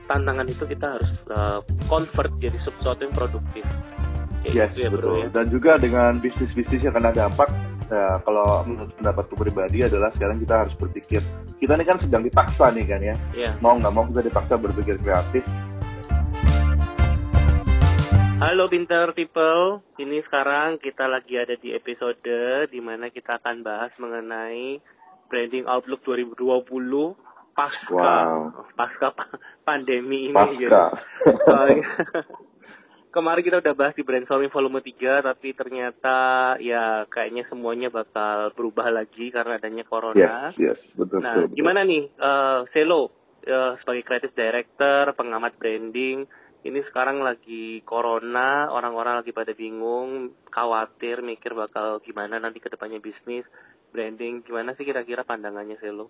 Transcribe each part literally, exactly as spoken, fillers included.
tantangan itu kita harus uh, convert jadi sesuatu yang produktif. Kayak yes, gitu ya, betul. Bro, ya. Dan juga dengan bisnis-bisnis yang kena dampak, ya, kalau menurut pendapatku pribadi adalah sekarang kita harus berpikir, kita ini kan sedang dipaksa nih kan ya, yeah. mau nggak mau kita dipaksa berpikir kreatif. Halo Pinter People, ini sekarang kita lagi ada di episode di mana kita akan bahas mengenai Branding Outlook dua ribu dua puluh pasca wow. pasca pandemi ini. Pasca. Gitu. Kemarin kita udah bahas di Brainstorming volume tiga, tapi ternyata ya kayaknya semuanya bakal berubah lagi karena adanya corona. Yes, yes, betul. Nah, betul, gimana betul. nih uh, Selo uh, sebagai creative director, pengamat branding, ini sekarang lagi corona, orang-orang lagi pada bingung, khawatir, mikir bakal gimana nanti ke depannya bisnis, branding, gimana sih kira-kira pandangannya Selo?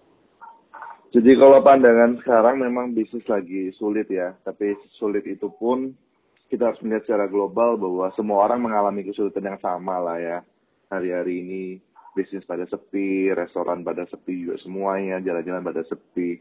Jadi kalau pandangan sekarang memang bisnis lagi sulit ya, tapi sulit itu pun kita harus melihat secara global bahwa semua orang mengalami kesulitan yang sama lah ya. Hari-hari ini bisnis pada sepi, restoran pada sepi juga semuanya, jalan-jalan pada sepi.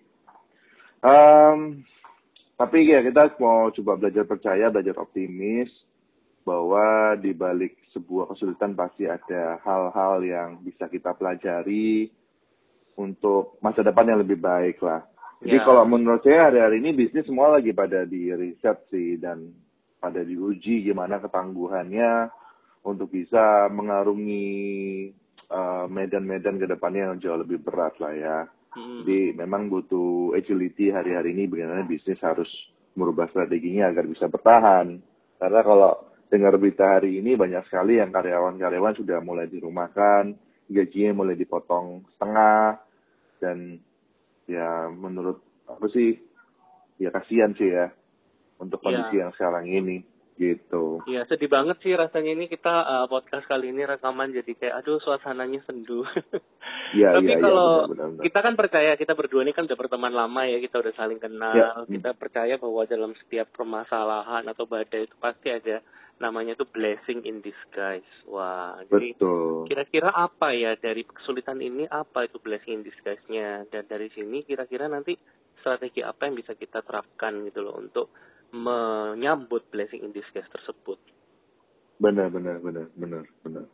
Um, tapi ya kita mau coba belajar percaya, belajar optimis bahwa di balik sebuah kesulitan pasti ada hal-hal yang bisa kita pelajari untuk masa depan yang lebih baik lah. Jadi ya. Kalau menurut saya hari-hari ini bisnis semua lagi pada di riset sih dan pada diuji gimana ketangguhannya untuk bisa mengarungi uh, medan-medan ke depannya yang jauh lebih berat lah ya. Hmm. Jadi memang butuh agility hari-hari ini bagaimana bisnis harus merubah strateginya agar bisa bertahan. Karena kalau dengar berita hari ini banyak sekali yang karyawan-karyawan sudah mulai dirumahkan, gajinya mulai dipotong setengah, dan ya menurut aku sih ya kasihan sih ya untuk kondisi ya. Yang sekarang ini gitu. Iya, sedih banget sih rasanya ini kita uh, podcast kali ini rekaman jadi kayak aduh suasananya sendu. Iya, Tapi iya, kalau ya, benar, benar. kita kan percaya, kita berdua ini kan udah berteman lama ya, kita udah saling kenal, ya. Kita percaya bahwa dalam setiap permasalahan atau badai itu pasti ada namanya tuh blessing in disguise. Wah, jadi betul. Kira-kira apa ya dari kesulitan ini, apa itu blessing in disguise-nya, dan dari sini kira-kira nanti strategi apa yang bisa kita terapkan gitu loh untuk menyambut blessing in disguise tersebut. Benar, benar, benar, benar, benar.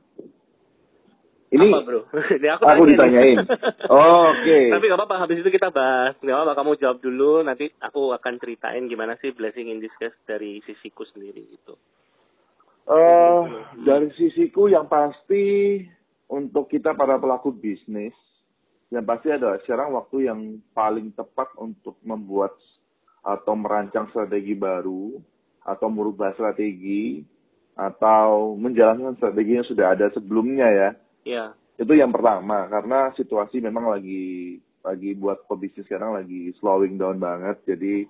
Ini apa bro? Ini aku, aku ditanyain. Oh, oke. Okay. Tapi nggak apa-apa, habis itu kita bahas. Nggak apa-apa, kamu jawab dulu. Nanti aku akan ceritain gimana sih blessing in disguise dari sisiku sendiri gitu. Uh, hmm. Dari sisiku yang pasti untuk kita para pelaku bisnis, yang pasti adalah sekarang waktu yang paling tepat untuk membuat atau merancang strategi baru, atau merubah strategi, atau menjalankan strategi yang sudah ada sebelumnya ya. Iya. Itu yang pertama, karena situasi memang lagi lagi buat pebisnis sekarang lagi slowing down banget. Jadi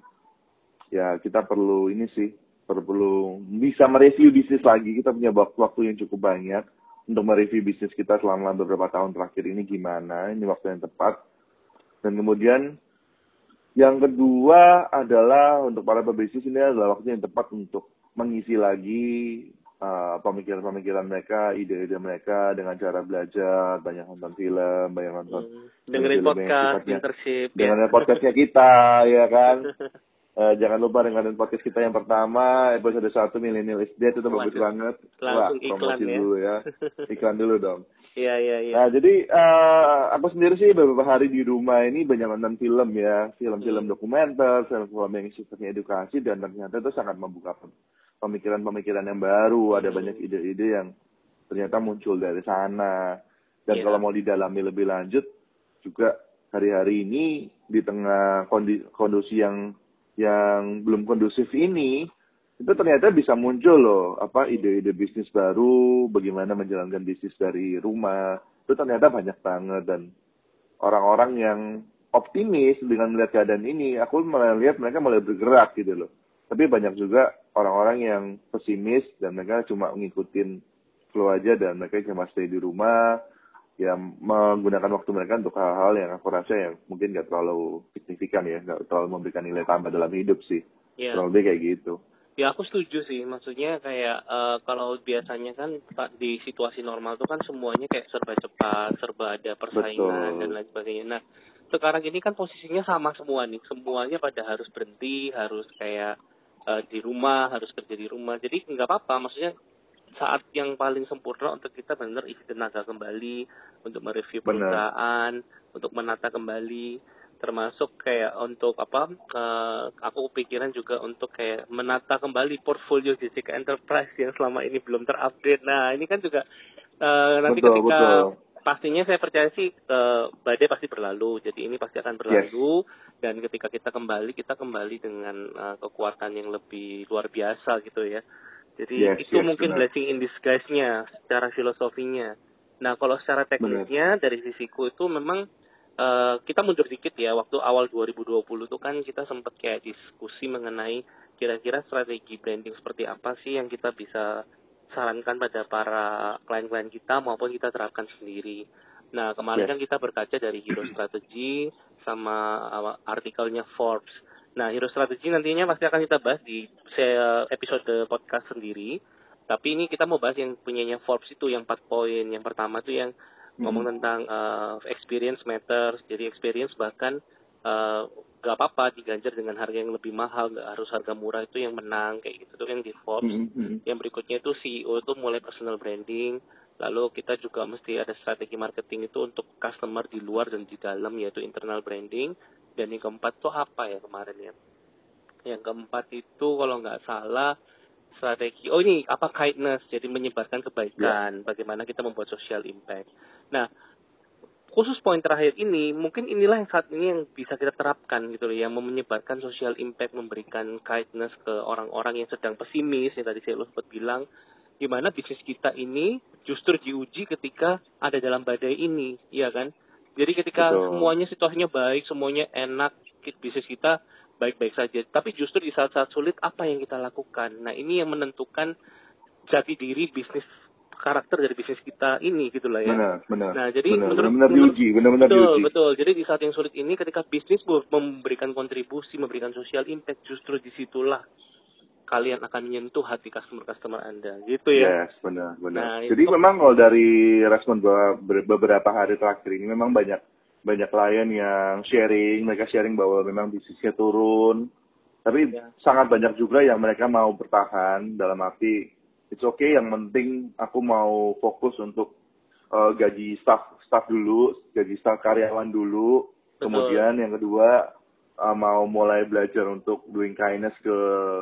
ya kita perlu ini sih, perlu bisa mereview bisnis lagi. Kita punya waktu yang cukup banyak untuk mereview bisnis kita selama beberapa tahun terakhir ini gimana. Ini waktu yang tepat. Dan kemudian yang kedua adalah untuk para pebisnis ini adalah waktu yang tepat untuk mengisi lagi Uh, pemikiran-pemikiran mereka, ide-ide mereka dengan cara belajar, banyak nonton film, banyak nonton hmm. dengerin podcast, internship, dengerin ya. podcastnya kita, ya kan. uh, jangan lupa dengerin podcast kita yang pertama, episode satu Millennial is Dead, itu bagus banget. Wah, promosi ya. dulu ya, iklan dulu dong. Iya, iya, iya. Nah, jadi uh, aku sendiri sih beberapa hari di rumah ini banyak nonton film ya, film-film hmm. dokumenter, film-film yang sifatnya edukasi, dan ternyata itu sangat membuka pemikiran-pemikiran yang baru, ada hmm. banyak ide-ide yang ternyata muncul dari sana. Dan yeah. kalau mau didalami lebih lanjut, juga hari-hari ini di tengah kondisi yang yang belum kondusif ini, itu ternyata bisa muncul loh, apa ide-ide bisnis baru, bagaimana menjalankan bisnis dari rumah, itu ternyata banyak banget. Dan orang-orang yang optimis dengan melihat keadaan ini, aku melihat mereka mulai bergerak gitu loh. Tapi banyak juga orang-orang yang pesimis dan mereka cuma ngikutin flow aja dan mereka cuma stay di rumah, ya menggunakan waktu mereka untuk hal-hal yang aku rasa yang mungkin nggak terlalu signifikan ya, nggak terlalu memberikan nilai tambah dalam hidup sih. Yeah. Kurang lebih kayak gitu. Ya aku setuju sih, maksudnya kayak uh, kalau biasanya kan di situasi normal tuh kan semuanya kayak serba cepat, serba ada persaingan. Betul. Dan lain sebagainya. Nah sekarang ini kan posisinya sama semua nih, semuanya pada harus berhenti, harus kayak uh, di rumah, harus kerja di rumah. Jadi nggak apa-apa, maksudnya saat yang paling sempurna untuk kita benar isi tenaga kembali, untuk mereview perusahaan, bener. Untuk menata kembali, termasuk kayak untuk apa, uh, aku pikiran juga untuk kayak menata kembali portfolio J C K Enterprise yang selama ini belum terupdate. Nah ini kan juga uh, nanti betul, ketika betul. Pastinya saya percaya sih uh, badai pasti berlalu, jadi ini pasti akan berlalu, yes. Dan ketika kita kembali, kita kembali dengan uh, kekuatan yang lebih luar biasa gitu ya. Jadi yes, itu yes, mungkin benar. Blessing in disguise-nya secara filosofinya. Nah kalau secara teknisnya benar. Dari sisiku itu memang uh, kita mundur dikit ya, waktu awal dua ribu dua puluh itu kan kita sempat kayak diskusi mengenai kira-kira strategi branding seperti apa sih yang kita bisa sarankan pada para klien-klien kita maupun kita terapkan sendiri. Nah kemarin yes. kan kita berkaca dari Hero Strategy sama artikelnya Forbes. Nah Hero Strategy nantinya pasti akan kita bahas di episode podcast sendiri. Tapi ini kita mau bahas yang punyanya Forbes itu yang empat poin. Yang pertama itu yang mm-hmm. ngomong tentang uh, experience matters. Jadi experience bahkan uh, gak apa-apa diganjar dengan harga yang lebih mahal, gak harus harga murah itu yang menang kayak gitu. Itu yang di Forbes. Mm-hmm. Yang berikutnya itu C E O itu mulai personal branding. Lalu kita juga mesti ada strategi marketing itu untuk customer di luar dan di dalam, yaitu internal branding. Dan yang keempat itu apa ya kemarin ya? Yang keempat itu kalau nggak salah strategi, oh ini apa kindness, jadi menyebarkan kebaikan, yeah. Bagaimana kita membuat social impact. Nah, khusus poin terakhir ini, mungkin inilah yang saat ini yang bisa kita terapkan gitu loh, yang menyebarkan social impact, memberikan kindness ke orang-orang yang sedang pesimis, yang tadi saya sempat bilang, di mana bisnis kita ini justru diuji ketika ada dalam badai ini, ya kan? Jadi ketika Betul. Semuanya situasinya baik, semuanya enak, bisnis kita baik-baik saja. Tapi justru di saat-saat sulit, apa yang kita lakukan? Nah, ini yang menentukan jati diri bisnis, karakter dari bisnis kita ini, gitu lah ya. Benar, benar. Nah, jadi benar, menurut, benar diuji, benar-benar betul, diuji. Betul, jadi di saat yang sulit ini, ketika bisnis memberikan kontribusi, memberikan social impact, justru disitulah kalian akan menyentuh hati customer-customer Anda, gitu ya. Yes, benar, benar. Nah, jadi itu, memang kalau dari respon beberapa hari terakhir ini memang banyak banyak klien yang sharing, mereka sharing bahwa memang bisnisnya turun. Tapi ya. Sangat banyak juga yang mereka mau bertahan dalam arti it's okay, yang penting aku mau fokus untuk uh, gaji staff staff dulu, gaji staff karyawan dulu. Betul. Kemudian yang kedua uh, mau mulai belajar untuk doing kindness ke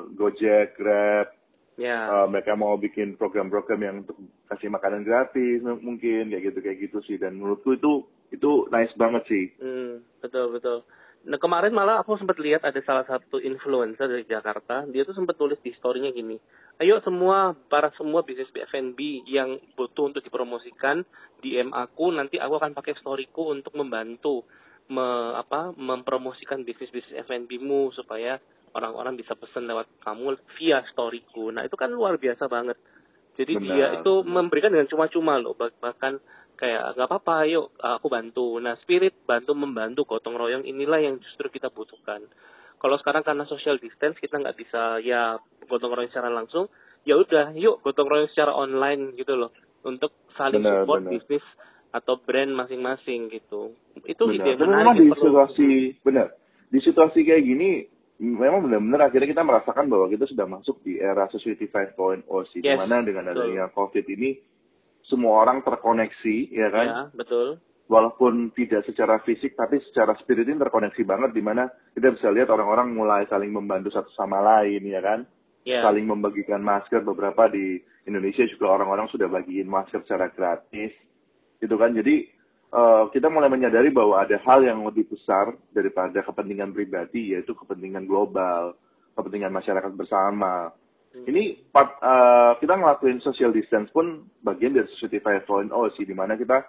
Gojek, Grab. Yeah. Uh, mereka mau bikin program-program yang untuk kasih makanan gratis mungkin kayak gitu kayak gitu sih, dan menurutku itu itu nice banget sih. Hmm, betul betul. Nah kemarin malah aku sempat lihat ada salah satu influencer dari Jakarta, dia tuh sempat tulis di story-nya gini, ayo semua para semua bisnis F and B yang butuh untuk dipromosikan D M aku, nanti aku akan pakai storyku untuk membantu me, apa mempromosikan bisnis-bisnis F and B-mu supaya orang-orang bisa pesan lewat kamu via storyku. Nah itu kan luar biasa banget. Jadi benar, dia itu benar. Memberikan dengan cuma-cuma loh, bahkan kayak nggak apa-apa, yuk aku bantu. Nah spirit bantu membantu gotong royong inilah yang justru kita butuhkan. Kalau sekarang karena social distance kita nggak bisa ya gotong royong secara langsung, ya udah yuk gotong royong secara online gitu loh, untuk saling benar, support benar. Bisnis atau brand masing-masing gitu. Itu benar. Ide menarik. Di situasi benar di situasi kayak gini. Memang benar-benar akhirnya kita merasakan bahwa kita sudah masuk di era Society lima titik nol sih, yes, dimana dengan adanya COVID ini semua orang terkoneksi, ya kan? Ya, betul. Walaupun tidak secara fisik, tapi secara spirit ini terkoneksi banget, dimana kita bisa lihat orang-orang mulai saling membantu satu sama lain, ya kan? Yeah. Saling membagikan masker, beberapa di Indonesia juga orang-orang sudah bagiin masker secara gratis, gitu kan? Jadi Uh, kita mulai menyadari bahwa ada hal yang lebih besar daripada kepentingan pribadi, yaitu kepentingan global, kepentingan masyarakat bersama. Hmm. Ini part, uh, kita ngelakuin social distance pun bagian dari Society lima titik nol sih, di mana kita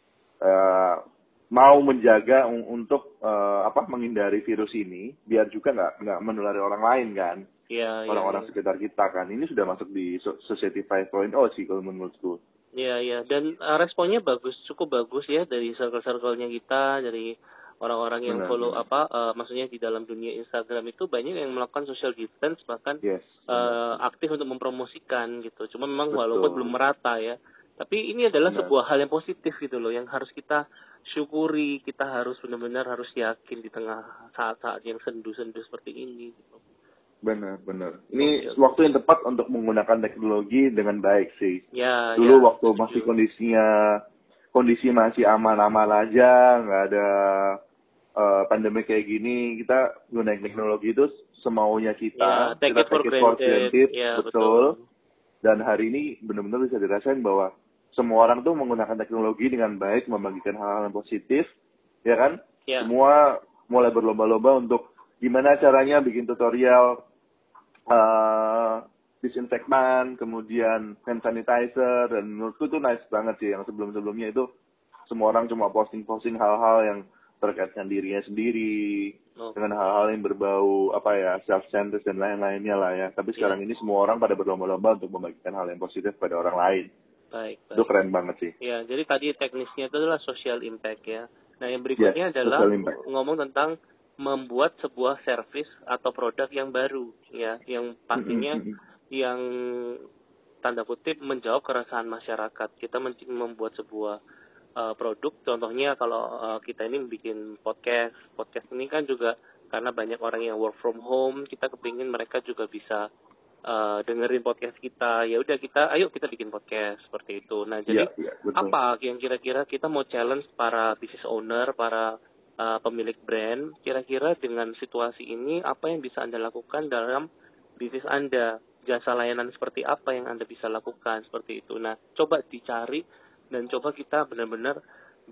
uh, mau menjaga un- untuk uh, apa menghindari virus ini, biar juga nggak nggak menulari orang lain kan, ya, orang-orang ya, ya. sekitar kita kan. Ini sudah masuk di Society lima titik nol sih kalau menurutku. Iya, iya. Dan uh, responnya bagus, cukup bagus ya dari circle-circle-nya kita, dari orang-orang yang benar, follow benar. apa, uh, maksudnya di dalam dunia Instagram itu banyak yang melakukan social distance, bahkan yes, uh, aktif untuk mempromosikan gitu. Cuma memang betul. Walaupun belum merata ya. Tapi ini adalah benar. Sebuah hal yang positif gitu loh, yang harus kita syukuri, kita harus benar-benar harus yakin di tengah saat-saat yang sendu-sendu seperti ini. Benar, benar. Ini oh, waktu yang tepat untuk menggunakan teknologi dengan baik sih. Ya, Dulu ya, waktu setuju. Masih kondisinya, kondisi masih aman-aman aja, nggak ada uh, pandemi kayak gini, kita gunain teknologi itu semaunya kita. Ya, take kita it for take it granted. for granted, Ya, betul. betul. Dan hari ini benar-benar bisa dirasain bahwa semua orang tuh menggunakan teknologi dengan baik, membagikan hal-hal yang positif, ya kan? Ya. Semua mulai berlomba-lomba untuk gimana caranya bikin tutorial uh, disinfektan, kemudian hand sanitizer, dan menurutku itu nice banget sih. Yang sebelum-sebelumnya itu semua orang cuma posting-posting hal-hal yang terkait dengan dirinya sendiri, oh. dengan hal-hal yang berbau apa ya self-centered dan lain-lainnya lah ya. Tapi sekarang yeah. ini semua orang pada berlomba-lomba untuk membagikan hal yang positif pada orang lain. Baik, baik. Itu keren banget sih. Ya, jadi tadi teknisnya itu adalah social impact ya. Nah, yang berikutnya yeah, adalah ngomong tentang membuat sebuah service atau produk yang baru ya, yang pastinya mm-hmm. yang tanda kutip menjawab keresahan masyarakat. Kita membuat sebuah uh, produk, contohnya kalau uh, kita ini bikin podcast, podcast ini kan juga karena banyak orang yang work from home, kita kepingin mereka juga bisa Uh, dengerin podcast kita. Ya udah kita, ayo kita bikin podcast seperti itu. Nah jadi ya, ya, apa yang kira-kira kita mau challenge para business owner, para uh, pemilik brand, kira-kira dengan situasi ini apa yang bisa Anda lakukan dalam bisnis Anda, jasa layanan seperti apa yang Anda bisa lakukan seperti itu. Nah coba dicari dan coba kita benar-benar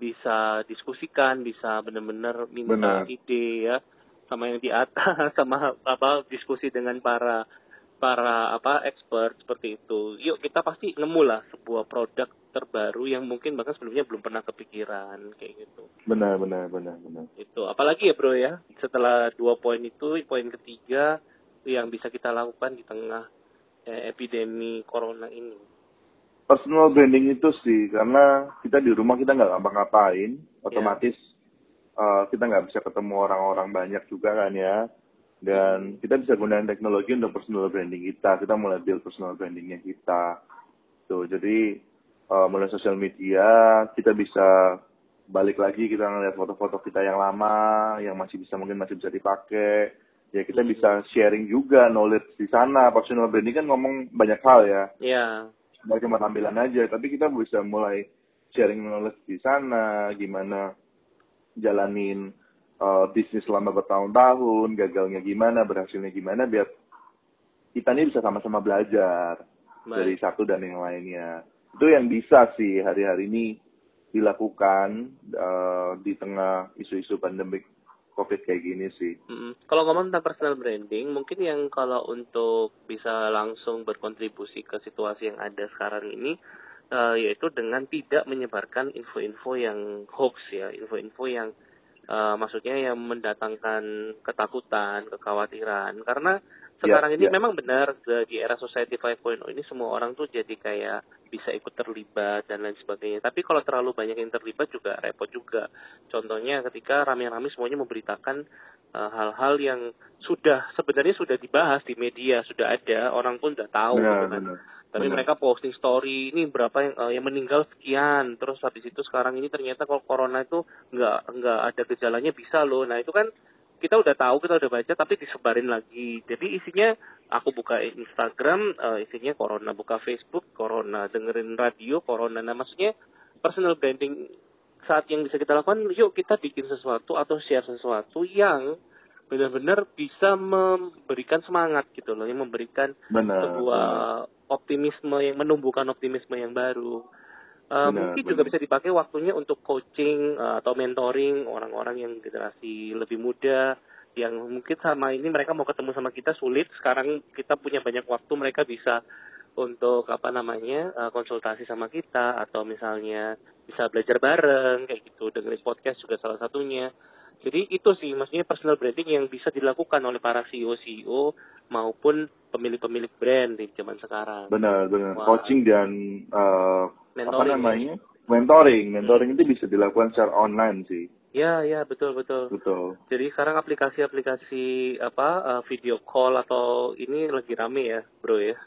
bisa diskusikan, bisa benar-benar minta Benar. ide ya sama yang di atas, sama apa diskusi dengan para para apa expert seperti itu. Yuk kita pasti nemu lah sebuah produk terbaru yang mungkin bahkan sebelumnya belum pernah kepikiran kayak gitu. Benar, benar, benar, benar. Itu apalagi ya bro ya. Setelah dua poin itu, poin ketiga yang bisa kita lakukan di tengah eh, epidemi corona ini. Personal branding itu sih, karena kita di rumah kita nggak ngapa-ngapain, otomatis yeah. uh, kita nggak bisa ketemu orang-orang banyak juga kan ya. Dan kita bisa gunakan teknologi untuk personal branding kita. Kita mulai build personal brandingnya kita. Tuh, jadi uh, mulai sosial media, kita bisa balik lagi, kita ngeliat foto-foto kita yang lama, yang masih bisa mungkin masih bisa dipakai. Ya kita hmm. bisa sharing juga knowledge di sana. Personal branding kan ngomong banyak hal ya. Iya. Yeah. Bukan cuma tampilan aja, tapi kita bisa mulai sharing knowledge di sana, gimana jalanin Uh, bisnis selama bertahun-tahun, gagalnya gimana, berhasilnya gimana, biar kita ini bisa sama-sama belajar Baik. dari satu dan yang lainnya. Itu yang bisa sih hari-hari ini dilakukan uh, di tengah isu-isu pandemik COVID kayak gini sih. Mm-hmm. Kalau ngomong tentang personal branding, mungkin yang kalau untuk bisa langsung berkontribusi ke situasi yang ada sekarang ini, uh, yaitu dengan tidak menyebarkan info-info yang hoax ya, info-info yang Uh, maksudnya yang mendatangkan ketakutan, kekhawatiran. Karena sekarang yeah, ini yeah. memang benar di era Society lima titik nol ini semua orang tuh jadi kayak bisa ikut terlibat dan lain sebagainya. Tapi kalau terlalu banyak yang terlibat juga repot juga. Contohnya ketika rame-rame semuanya memberitakan uh, hal-hal yang sudah sebenarnya sudah dibahas di media, sudah ada, orang pun udah tahu benar, gitu kan. Benar. Tapi Benar. mereka posting story ini berapa yang uh, yang meninggal sekian, terus habis itu sekarang ini ternyata kalau corona itu nggak nggak ada gejalanya bisa loh. Nah itu kan kita udah tahu, kita udah baca, tapi disebarin lagi. Jadi isinya aku buka Instagram, uh, isinya corona, buka Facebook corona, dengerin radio corona. Nah maksudnya personal branding saat yang bisa kita lakukan, yuk kita bikin sesuatu atau share sesuatu yang benar-benar bisa memberikan semangat gitu loh, yang memberikan benar, sebuah benar. optimisme, yang menumbuhkan optimisme yang baru. Uh, benar, mungkin benar. juga bisa dipakai waktunya untuk coaching uh, atau mentoring orang-orang yang generasi lebih muda, yang mungkin sama ini mereka mau ketemu sama kita sulit. Sekarang kita punya banyak waktu, mereka bisa untuk apa namanya uh, konsultasi sama kita, atau misalnya bisa belajar bareng kayak gitu, dengerin podcast juga salah satunya. Jadi itu sih maksudnya personal branding yang bisa dilakukan oleh para C E O C E O maupun pemilik-pemilik brand di zaman sekarang. Benar, benar. Wow. Coaching dan uh, apa namanya? Mentoring. Mentoring hmm. itu bisa dilakukan secara online sih. Ya, ya, betul, betul. Betul. Jadi sekarang aplikasi-aplikasi apa uh, video call atau ini lagi rame ya, Bro ya.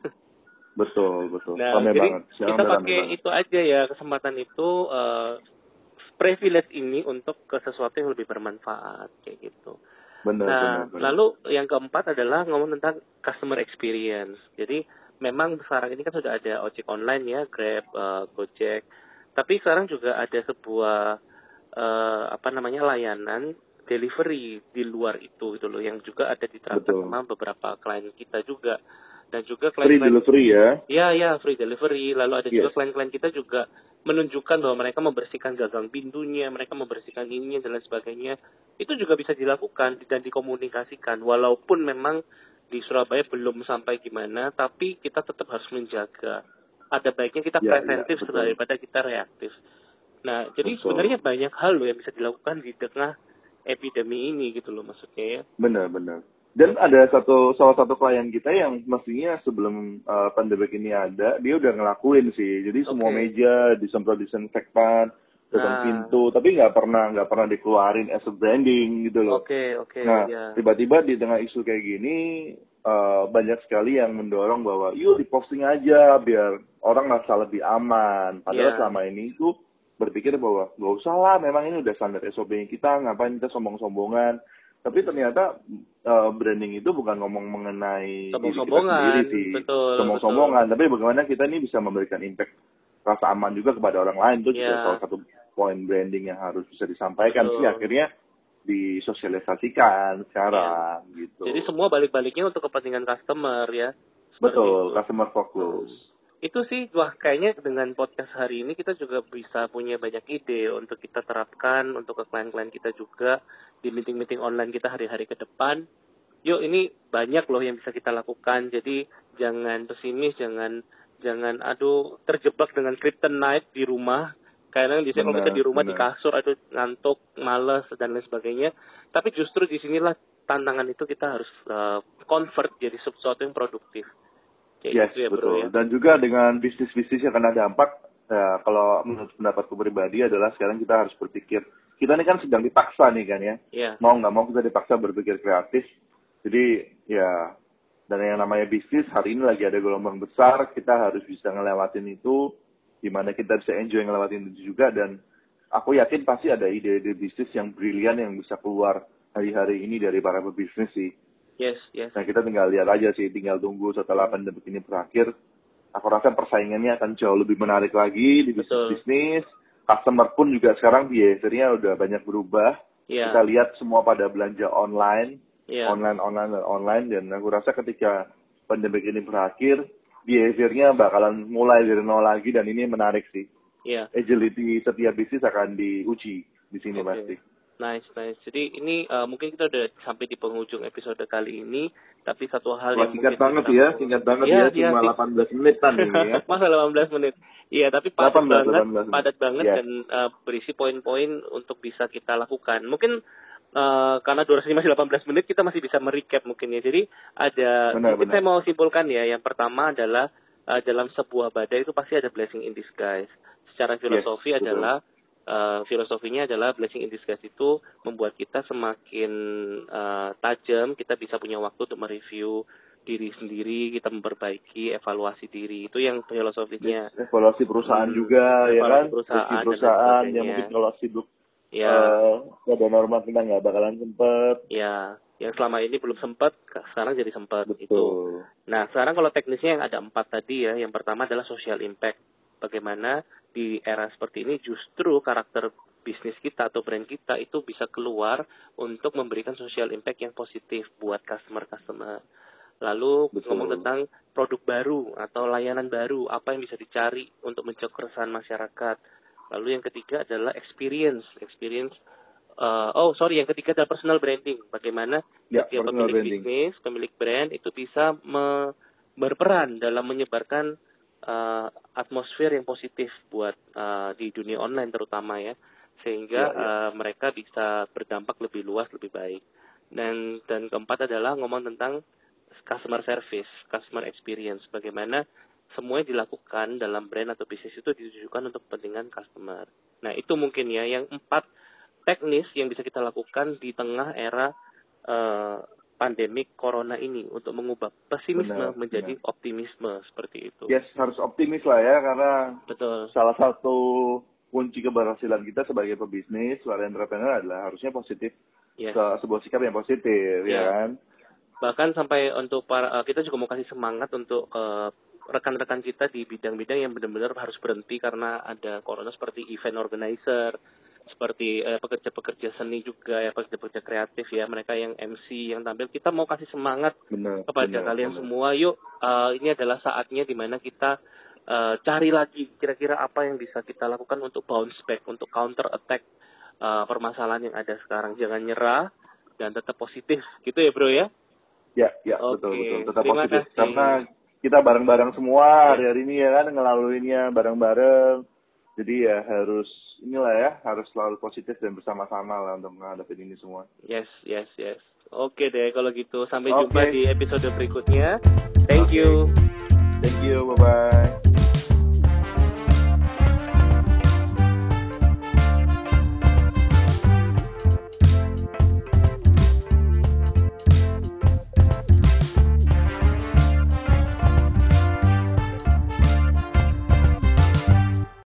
Betul, betul. Nah, rame jadi banget. Sekarang kita pakai itu aja ya, kesempatan itu uh, privilege ini untuk ke sesuatu yang lebih bermanfaat kayak gitu. Benar, Nah, benar, benar. lalu yang keempat adalah ngomong tentang customer experience. Jadi memang sekarang ini kan sudah ada ojek online ya, Grab, uh, Gojek. Tapi sekarang juga ada sebuah uh, apa namanya layanan delivery di luar itu gitu loh, yang juga ada diterapkan Betul. sama beberapa klien kita juga. Dan juga Free klien-klien delivery ya. Ya, ya, free delivery. Lalu ada juga Yes. klien-klien kita juga menunjukkan bahwa mereka membersihkan gagang pintunya, mereka membersihkan ininya dan lain sebagainya. Itu juga bisa dilakukan dan dikomunikasikan. Walaupun memang di Surabaya belum sampai gimana, tapi kita tetap harus menjaga. Ada baiknya kita Ya, preventif ya, betul. daripada kita reaktif. Nah, jadi Betul. sebenarnya banyak hal loh yang bisa dilakukan di tengah epidemi ini gitu loh maksudnya ya. Benar, benar. Dan ada satu salah satu klien kita yang mestinya sebelum uh, pandemi ini ada, dia udah ngelakuin sih. Jadi semua Oke. meja disemprot disinfektan, gagang Ah. pintu, tapi nggak pernah nggak pernah dikeluarin as a branding gitu loh. Oke, oke, Nah, ya. tiba-tiba di tengah isu kayak gini, uh, banyak sekali yang mendorong bahwa yuk diposting aja biar orang merasa lebih aman. Padahal Ya. selama ini itu berpikir bahwa nggak usah lah, memang ini udah standar S O P kita, ngapain kita sombong-sombongan. Tapi ternyata uh, branding itu bukan ngomong mengenai diri kita sendiri sih, betul, sombong-sombongan. Tapi bagaimana kita ini bisa memberikan impact rasa aman juga kepada orang lain, itu juga Ya. salah satu poin branding yang harus bisa disampaikan Betul. sih akhirnya disosialisasikan sekarang Ya. gitu. Jadi semua balik-baliknya untuk kepentingan customer ya. Seperti Betul, itu. customer focus. Hmm. Itu sih, wah kayaknya dengan podcast hari ini kita juga bisa punya banyak ide untuk kita terapkan untuk ke klien-klien kita juga di meeting-meeting online kita hari-hari ke depan. Yuk, ini banyak loh yang bisa kita lakukan. Jadi jangan pesimis, jangan jangan aduh terjebak dengan kryptonite di rumah. Karena biasanya kalau kita di rumah di kasur aduh ngantuk, malas dan lain sebagainya. Tapi justru di sinilah tantangan itu kita harus uh, convert jadi sesuatu yang produktif. Kayak Yes, gitu ya, betul. bro, ya. Dan juga dengan bisnis-bisnis yang kena dampak, ya, kalau menurut pendapatku pribadi adalah sekarang kita harus berpikir, kita ini kan sedang dipaksa nih kan ya, yeah. mau nggak mau kita dipaksa berpikir kreatif. Jadi ya, dan yang namanya bisnis hari ini lagi ada gelombang besar, kita harus bisa ngelewatin itu, dimana kita bisa enjoy ngelewatin itu juga, dan aku yakin pasti ada ide-ide bisnis yang brilian yang bisa keluar hari-hari ini dari para pebisnis sih. Yes, yes. Nah, kita tinggal lihat aja sih, tinggal tunggu setelah pandemi ini berakhir. Aku rasa persaingannya akan jauh lebih menarik lagi di bisnis-bisnis. Customer pun juga sekarang behavior-nya udah banyak berubah. Yeah. Kita lihat semua pada belanja online, yeah. online, online, dan online. Dan aku rasa ketika pandemi ini berakhir, behavior-nya bakalan mulai dari nol lagi, dan ini menarik sih. Yeah. Agility setiap bisnis akan diuji di sini okay. pasti. Nice, nice. Jadi ini uh, mungkin kita udah sampai di penghujung episode kali ini, tapi satu hal Wah, yang singkat mungkin banget ya, singkat banget ya, cuma ya, delapan belas menitan ini ya. Masa delapan belas menit? Iya, tapi padat delapan belas, banget, delapan belas padat banget yeah. dan uh, berisi poin-poin untuk bisa kita lakukan. Mungkin uh, karena durasinya masih delapan belas menit, kita masih bisa merecap mungkin ya. Jadi ada, benar, mungkin benar. saya mau simpulkan ya. Yang pertama adalah uh, dalam sebuah badai itu pasti ada blessing in disguise. Secara filosofi yes, adalah Uh, filosofinya adalah blessing in disguise itu membuat kita semakin uh, tajam, kita bisa punya waktu untuk mereview diri sendiri, kita memperbaiki, evaluasi diri. Itu yang filosofinya. Yes, evaluasi perusahaan hmm, juga, evaluasi ya kan? perusahaan, perusahaan yang mungkin kalau sibuk ya. uh, ada norma kita nggak bakalan sempet. Ya, yang selama ini belum sempat, sekarang jadi sempat. Betul. Itu. Nah, sekarang kalau teknisnya yang ada empat tadi ya, yang pertama adalah social impact. Bagaimana di era seperti ini justru karakter bisnis kita atau brand kita itu bisa keluar untuk memberikan social impact yang positif buat customer-customer. Lalu Betul. ngomong tentang produk baru atau layanan baru, apa yang bisa dicari untuk mencegah keresahan masyarakat. Lalu yang ketiga adalah experience. Experience, uh, oh sorry, yang ketiga adalah personal branding. Bagaimana ya, setiap pemilik branding. bisnis, pemilik brand itu bisa me- berperan dalam menyebarkan Uh, atmosfer yang positif buat uh, di dunia online terutama ya, sehingga ya, ya. Uh, mereka bisa berdampak lebih luas, lebih baik. Dan dan keempat adalah ngomong tentang customer service, customer experience, bagaimana semuanya dilakukan dalam brand atau bisnis itu ditujukan untuk kepentingan customer. Nah itu mungkin ya yang empat teknis yang bisa kita lakukan di tengah era uh, pandemik corona ini untuk mengubah pesimisme benar, menjadi benar. optimisme seperti itu. Yes, harus optimis lah ya, karena Betul. salah satu kunci keberhasilan kita sebagai pebisnis, sebagai entrepreneur adalah harusnya positif, Yes. ke sebuah sikap yang positif, Iya. ya kan? Bahkan sampai untuk para uh, kita juga mau kasih semangat untuk uh, rekan-rekan kita di bidang-bidang yang benar-benar harus berhenti karena ada corona, seperti event organizer, seperti uh, pekerja-pekerja seni juga ya, pekerja-pekerja kreatif ya, mereka yang M C yang tampil. Kita mau kasih semangat Benar, kepada benar, kalian benar. semua. Yuk, uh, ini adalah saatnya di mana kita uh, cari lagi kira-kira apa yang bisa kita lakukan untuk bounce back, untuk counter attack uh, permasalahan yang ada sekarang. Jangan nyerah dan tetap positif, gitu ya bro ya. Ya, ya, Oke, betul, betul. Tetap terima positif. kasih. Karena kita bareng-bareng semua hari-hari ini ya kan, ngelaluinnya bareng-bareng. Jadi ya harus, inilah ya, harus selalu positif dan bersama-sama lah untuk menghadapi ini semua. Yes, yes, yes. Oke deh kalau gitu. Sampai Oke. jumpa di episode berikutnya. Thank Oke. you. Thank you, bye-bye.